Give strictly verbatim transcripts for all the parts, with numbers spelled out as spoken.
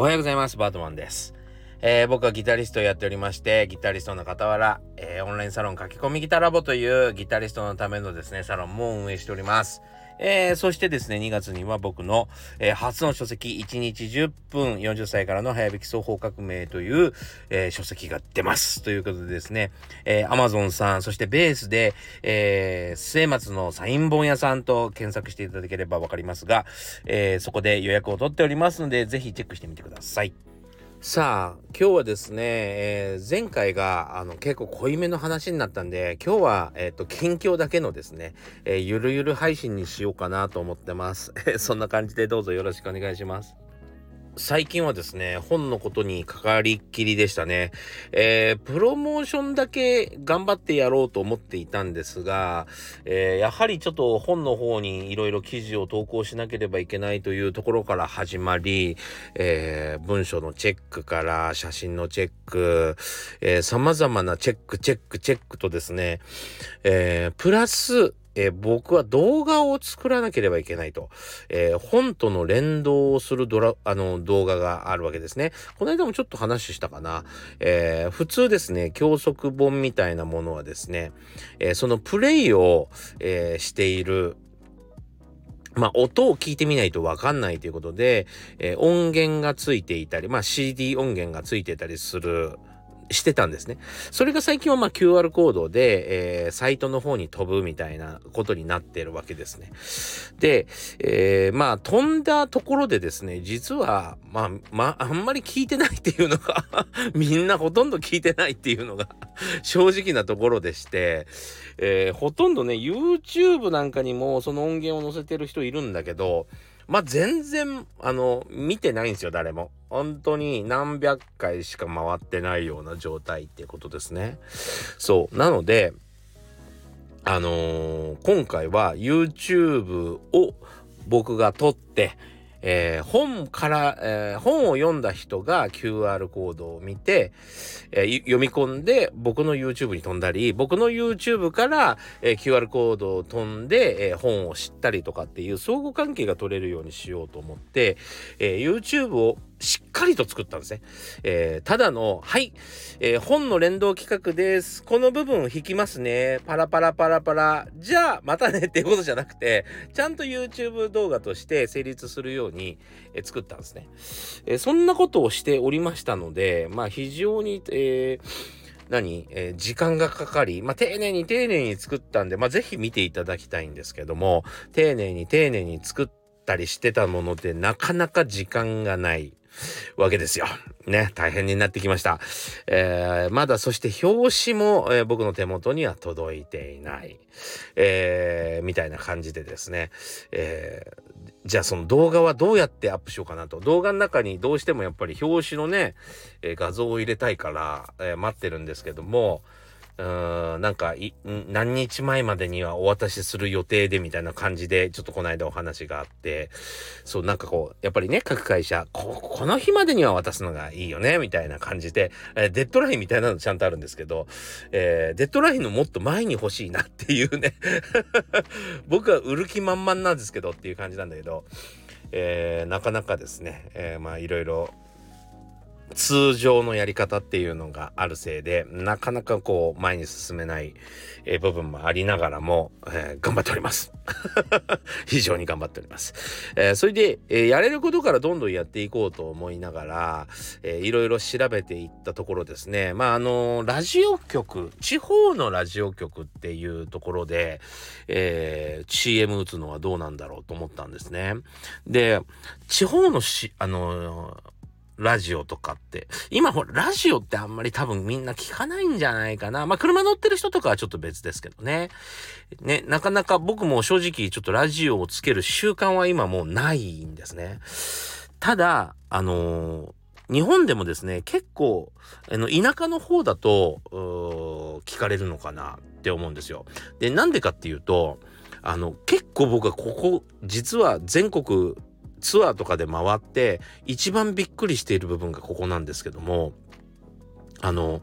おはようございます。バートマンです。えー、僕はギタリストをやっておりまして、ギタリストの傍ら、えー、オンラインサロン書き込みギタラボというギタリストのためのですね、サロンも運営しております。えー、そしてですね、にがつには僕の、えー、初の書籍、いちにちじゅっぷん、よんじゅっさいからの早弾き双方革命という、えー、書籍が出ます。ということでですね、えー、Amazon さん、そしてベースで、えー、末松のサイン本屋さんと検索していただければわかりますが、えー、そこで予約を取っておりますので、ぜひチェックしてみてください。さあ今日はですね、えー、前回があの結構濃いめの話になったんで、今日は、えー、と近況だけのですね、えー、ゆるゆる配信にしようかなと思ってますそんな感じでどうぞよろしくお願いします。最近はですね、本のことにかかりっきりでしたね。えー、プロモーションだけ頑張ってやろうと思っていたんですが、えー、やはりちょっと本の方にいろいろ記事を投稿しなければいけないというところから始まり、えー、文章のチェックから写真のチェック、えー、様々なチェック、チェック、チェックとですね、えー、プラス、えー、僕は動画を作らなければいけないと、えー、本との連動をするドラあの動画があるわけですね。この間もちょっと話したかな、えー、普通ですね、教則本みたいなものはですね、えー、そのプレイを、えー、しているまあ、音を聞いてみないとわかんないということで、えー、音源がついていたり、まあ、シーディー 音源がついてたりするしてたんですね。それが最近はまあ キューアール コードで、えー、サイトの方に飛ぶみたいなことになってるわけですね。で、えー、まあ飛んだところでですね、実はまあまああんまり聞いてないっていうのがみんなほとんど聞いてないっていうのが正直なところでして、えー、ほとんどね YouTube なんかにもその音源を載せてる人いるんだけど、まあ、全然、あの、見てないんですよ、誰も。本当に何百回しか回ってないような状態っていうことですね。そう。なので、あのー、今回は YouTube を僕が撮って、えー、本から、えー、本を読んだ人が キューアール コードを見て、えー、読み込んで僕の YouTube に飛んだり、僕の YouTube から、えー、キューアール コードを飛んで、えー、本を知ったりとかっていう相互関係が取れるようにしようと思って、えー、YouTube をしっかりと作ったんですね。えー、ただの、はい、えー、本の連動企画です。この部分弾きますね。パラパラパラパラ。じゃあ、またねっていうことじゃなくて、ちゃんと YouTube 動画として成立するように、えー、作ったんですね。えー、そんなことをしておりましたので、まあ非常に、えー何、えー、時間がかかり、まあ、丁寧に丁寧に作ったんで、まあ、ぜひ見ていただきたいんですけども、丁寧に丁寧に作ったりしてたもので、なかなか時間がないわけですよ。ね、大変になってきました。えー、まだそして表紙も、えー、僕の手元には届いていない、えー、みたいな感じでですね、えー、じゃあその動画はどうやってアップしようかなと。動画の中にどうしてもやっぱり表紙のね、えー、画像を入れたいから、えー、待ってるんですけども、うーんなんかい何日前までにはお渡しする予定でみたいな感じでちょっとこの間お話があって、そうなんかこうやっぱりね、各会社ここの日までには渡すのがいいよねみたいな感じで、えー、デッドラインみたいなのちゃんとあるんですけど、えー、デッドラインのもっと前に欲しいなっていうね僕は売る気満々なんですけどっていう感じなんだけど、えー、なかなかですね、えー、まあいろいろ通常のやり方っていうのがあるせいでなかなかこう前に進めない、えー、部分もありながらも、えー、頑張っております非常に頑張っております、えー、それで、えー、やれることからどんどんやっていこうと思いながら、えー、いろいろ調べていったところですね、まああのー、ラジオ局地方のラジオ局っていうところで、えー、シーエム 打つのはどうなんだろうと思ったんですね。で地方のしあのーラジオとかって今ほらラジオってあんまり多分みんな聞かないんじゃないかな。まあ車乗ってる人とかはちょっと別ですけどね。ね、なかなか僕も正直ちょっとラジオをつける習慣は今もうないんですね。ただあのー、日本でもですね結構あの田舎の方だと聞かれるのかなって思うんですよ。でなんでかっていうとあの結構僕はここ実は全国ツアーとかで回って一番びっくりしている部分がここなんですけども、あの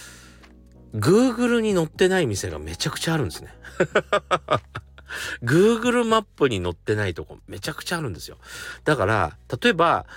Google に載ってない店がめちゃくちゃあるんですねGoogle マップに載ってないとこめちゃくちゃあるんですよ。だから例えば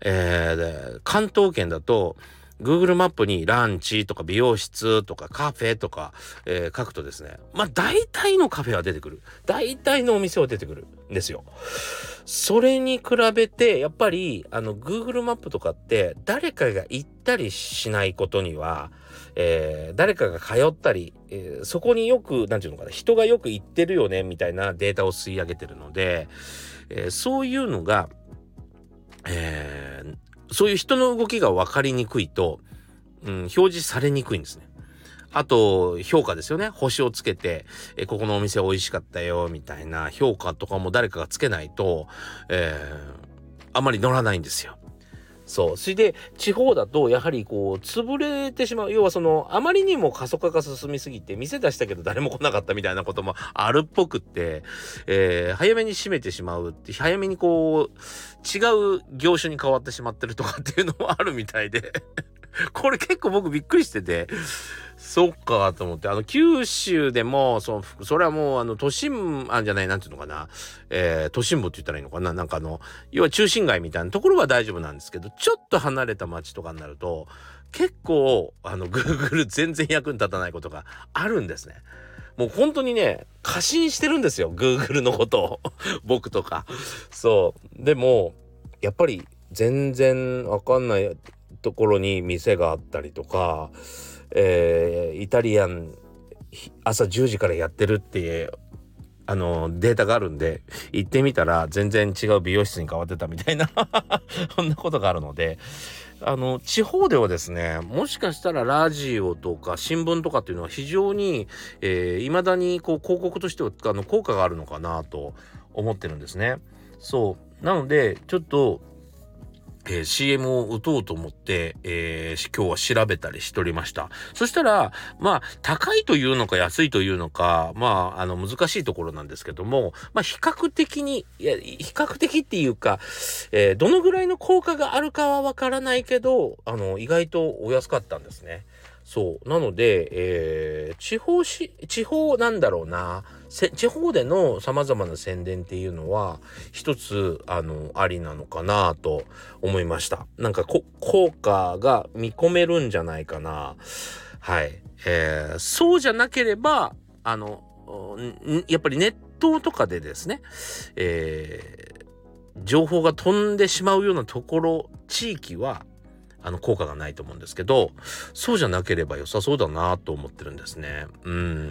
えー、で関東圏だと Google マップにランチとか美容室とかカフェとか、えー書くとですね、まあ大体のカフェは出てくる。大体のお店は出てくるんですよ。それに比べてやっぱりあの Google マップとかって誰かが行ったりしないことには、えー誰かが通ったり、えーそこによくなんていうのかな、人がよく行ってるよねみたいなデータを吸い上げてるので、えーそういうのが、えーそういう人の動きが分かりにくいと、うん、表示されにくいんですね。あと評価ですよね。星をつけて、えここのお店美味しかったよみたいな評価とかも誰かがつけないと、えーあまり乗らないんですよ。そう。それで地方だとやはりこう潰れてしまう。要はそのあまりにも過疎化が進みすぎて店出したけど誰も来なかったみたいなこともあるっぽくって、えー早めに閉めてしまうって、早めにこう違う業種に変わってしまってるとかっていうのもあるみたいでこれ結構僕びっくりしてて、そっかと思って、あの九州でもそのそれはもうあの都心あんじゃない、なんていうのかな、えー、都心部って言ったらいいのかな、なんかあの要は中心街みたいなところは大丈夫なんですけど、ちょっと離れた町とかになると結構あの Google 全然役に立たないことがあるんですね。もう本当にね過信してるんですよ Google のことを僕とか。そうでもやっぱり全然わかんないところに店があったりとか、えーイタリアン朝じゅうじからやってるっていうあのデータがあるんで、行ってみたら全然違う美容室に変わってたみたいなそんなことがあるので、あの地方ではですね、もしかしたらラジオとか新聞とかっていうのは非常に、えー、未だにこう広告としてはあの効果があるのかなと思ってるんですね。そうなのでちょっとえー シーエム を打とうと思って、えー今日は調べたりしておりました。そしたら、まあ、高いというのか安いというのか、まあ、あの、難しいところなんですけども、まあ、比較的に、いや、比較的っていうか、えーどのぐらいの効果があるかはわからないけど、あの、意外とお安かったんですね。そう。なので、えー地方し、地方なんだろうな。せ地方での様々な宣伝っていうのは、一つ、あの、ありなのかなと思いました。なんかこ、効果が見込めるんじゃないかな。はい。えーそうじゃなければ、あの、んやっぱりネットとかでですね、えー情報が飛んでしまうようなところ、地域は、あの効果がないと思うんですけど、そうじゃなければ良さそうだなと思ってるんですね。うん。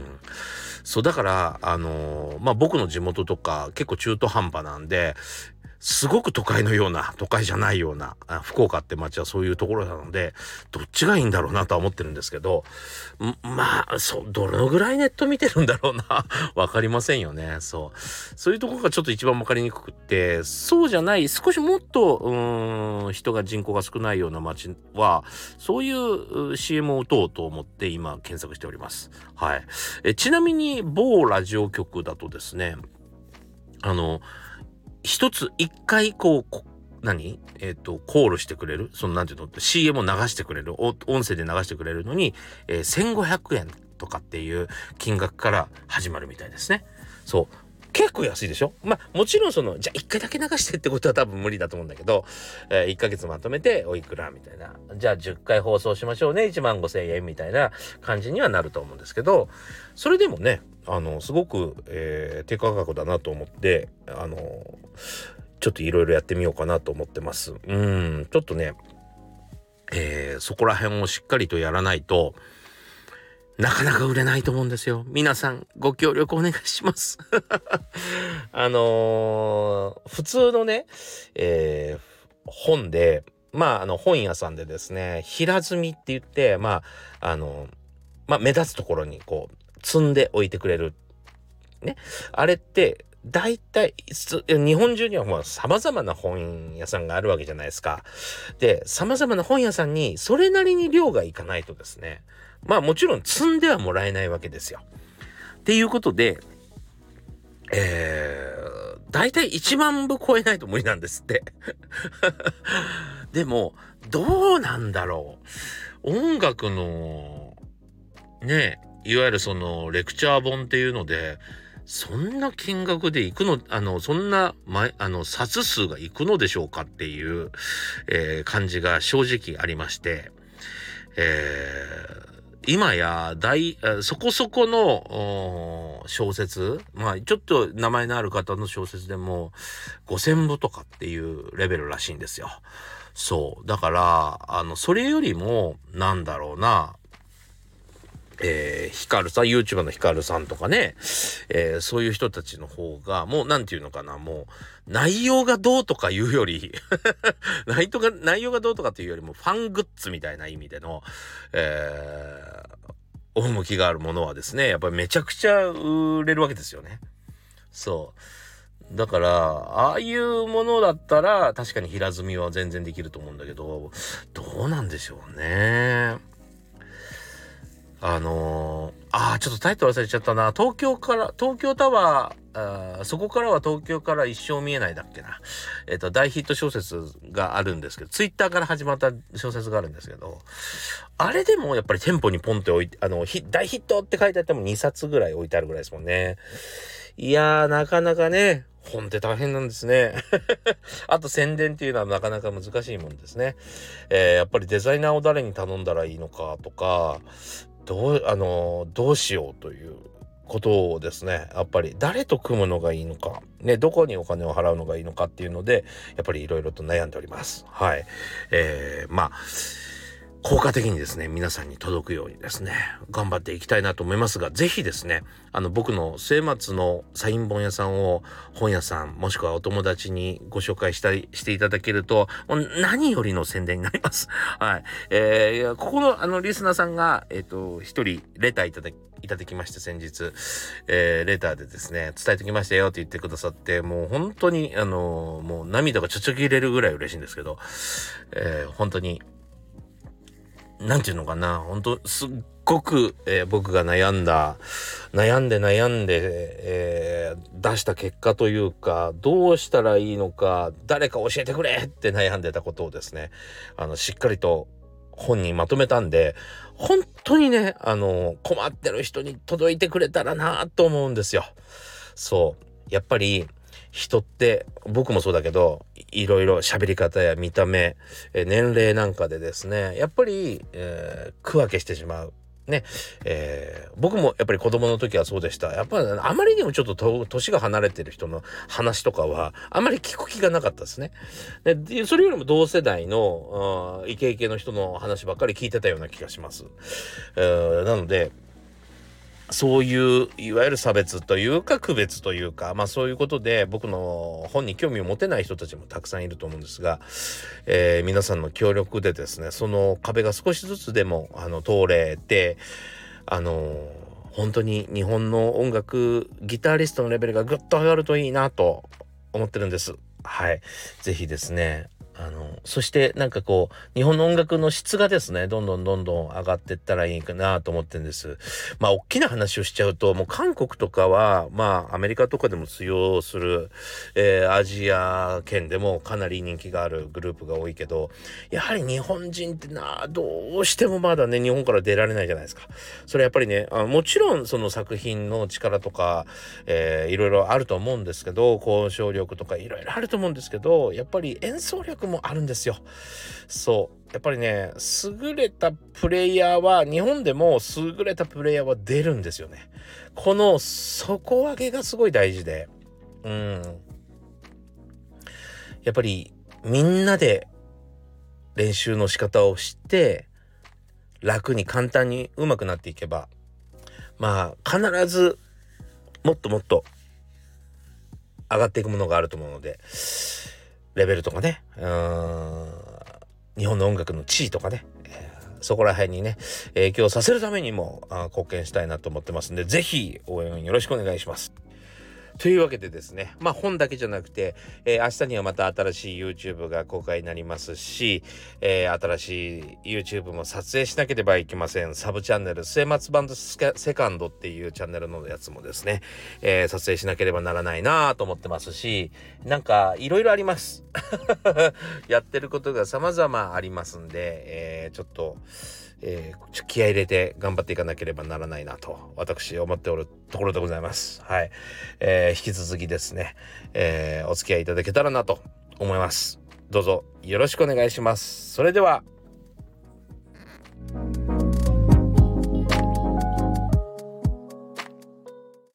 そうだからあのーまあ僕の地元とか結構中途半端なんで、すごく都会のような、都会じゃないような、あ福岡って街はそういうところなので、どっちがいいんだろうなとは思ってるんですけど、んまあ、そう、どのぐらいネット見てるんだろうな。わかりませんよね。そう。そういうところがちょっと一番わかりにくくって、そうじゃない、少しもっと、うーん、人が人口が少ないような街は、そういう シーエム を打とうと思って今検索しております。はい。えちなみに、某ラジオ局だとですね、あの、一つ一回こうこ何えっ、とコールしてくれる、そのなんていうの シーエム を流してくれる、お音声で流してくれるのに、えーせんごひゃくえんとかっていう金額から始まるみたいですね。そう結構安いでしょ。まあもちろんそのじゃあ一回だけ流してってことは多分無理だと思うんだけど、えー、いっかげつまとめておいくらみたいな、じゃあじゅっかい放送しましょうねいちまんごせんえんみたいな感じにはなると思うんですけど、それでもねあのすごく、えー低価格だなと思って、あのちょっといろいろやってみようかなと思ってます。うんちょっとね、えーそこら辺をしっかりとやらないとなかなか売れないと思うんですよ。皆さんご協力お願いします。あのー普通のね、えー本で、まああの本屋さんでですね、平積みって言って、まああのまあ目立つところにこう積んでおいてくれるね。あれって大体す日本中にはもう様々な本屋さんがあるわけじゃないですか。で、様々な本屋さんにそれなりに量がいかないとですね、まあもちろん積んではもらえないわけですよ。っていうことで、えー、大体いちまんぶ超えないと無理なんですって。でも、どうなんだろう。音楽の、ね、いわゆるそのレクチャー本っていうので、 そんな金額でいくの、あの、そんな、ま、あの、冊数がいくのでしょうかっていう、えー感じが正直ありまして、えー今や大、えそこそこのお小説、まあちょっと名前のある方の小説でもごせんぶとかっていうレベルらしいんですよ。そう。だから、あの、それよりも、なんだろうな、えー、ヒカルさん、YouTuber のヒカルさんとかね、えーそういう人たちの方が、もうなんていうのかな、もう、内容がどうとかいうより内容が、内容がどうとかっていうよりも、ファングッズみたいな意味での、えー、趣があるものはですね、やっぱりめちゃくちゃ売れるわけですよね。そう。だから、ああいうものだったら、確かに平積みは全然できると思うんだけど、どうなんでしょうね。あのー、ああ、ちょっとタイトル忘れちゃったな。東京から、東京タワー、あそこからは東京から一生見えないだっけな。えっと、大ヒット小説があるんですけど、ツイッターから始まった小説があるんですけど、あれでもやっぱり店舗にポンって置いて、あの、大ヒットって書いてあってもにさつぐらい置いてあるぐらいですもんね。いやー、なかなかね、本って大変なんですね。あと宣伝っていうのはなかなか難しいもんですね。えー、やっぱりデザイナーを誰に頼んだらいいのかとか、どう、あの、どうしようということをですね、やっぱり誰と組むのがいいのか、ね、どこにお金を払うのがいいのかっていうので、やっぱりいろいろと悩んでおります。はい。えー、まあ、効果的にですね、皆さんに届くようにですね、頑張っていきたいなと思いますが、ぜひですね、あの、僕の末松のサイン本屋さんを本屋さん、もしくはお友達にご紹介したりしていただけると、もう何よりの宣伝になります。はい。えー、ここの、あの、リスナーさんが、えっと、一人、レターいただき、いただきまして先日、えー、レターでですね、伝えてきましたよって言ってくださって、もう本当に、あのー、もう涙がちょちょぎれるぐらい嬉しいんですけど、えー、本当に、なんていうのかな、本当すっごく、えー僕が悩んだ、悩んで悩んで、えー出した結果というか、どうしたらいいのか、誰か教えてくれって悩んでたことをですね、あの、しっかりと本にまとめたんで、本当にね、あの、困ってる人に届いてくれたらなと思うんですよ。そう。やっぱり、人って僕もそうだけどいろいろ喋り方や見た目、え年齢なんかでですねやっぱり、えー区分けしてしまう。ね、えー僕もやっぱり子供の時はそうでした。やっぱりあまりにもちょっとと年が離れてる人の話とかはあまり聞く気がなかったですね。で、それよりも同世代のあイケイケの人の話ばっかり聞いてたような気がします。えーなのでそういういわゆる差別というか区別というかまあそういうことで僕の本に興味を持てない人たちもたくさんいると思うんですが、えー皆さんの協力でですねその壁が少しずつでもあの通れてあの本当に日本の音楽ギタリストのレベルがぐっと上がるといいなと思ってるんです。はい。ぜひですねあのそしてなんかこう日本の音楽の質がですねどんどんどんどん上がっていったらいいかなと思ってるんです。まあ大きな話をしちゃうともう韓国とかはまあアメリカとかでも通用する、えーアジア圏でもかなり人気があるグループが多いけどやはり日本人ってなどうしてもまだね日本から出られないじゃないですか。それやっぱりねあもちろんその作品の力とか、えーいろいろあると思うんですけど交渉力とかいろいろあると思うんですけどやっぱり演奏力もあるんですよ。そうやっぱりね優れたプレイヤーは日本でも優れたプレイヤーは出るんですよね。この底上げがすごい大事でうんやっぱりみんなで練習の仕方を知って楽に簡単に上手くなっていけばまあ必ずもっともっと上がっていくものがあると思うのでレベルとかねうーん日本の音楽の地位とかね、えーそこら辺にね影響させるためにもあ貢献したいなと思ってますんでぜひ応援よろしくお願いします。というわけでですねまあ本だけじゃなくて、えー明日にはまた新しい YouTube が公開になりますし、えー新しい YouTube も撮影しなければいけません。サブチャンネル末松バンドセカンドっていうチャンネルのやつもですね、えー撮影しなければならないなと思ってますしなんかいろいろありますやってることが様々ありますんで、えーちょっとえー、気合い入れて頑張っていかなければならないなと私思っておるところでございます。はい、えー、引き続きですね、えー、お付き合いいただけたらなと思います。どうぞよろしくお願いします。それでは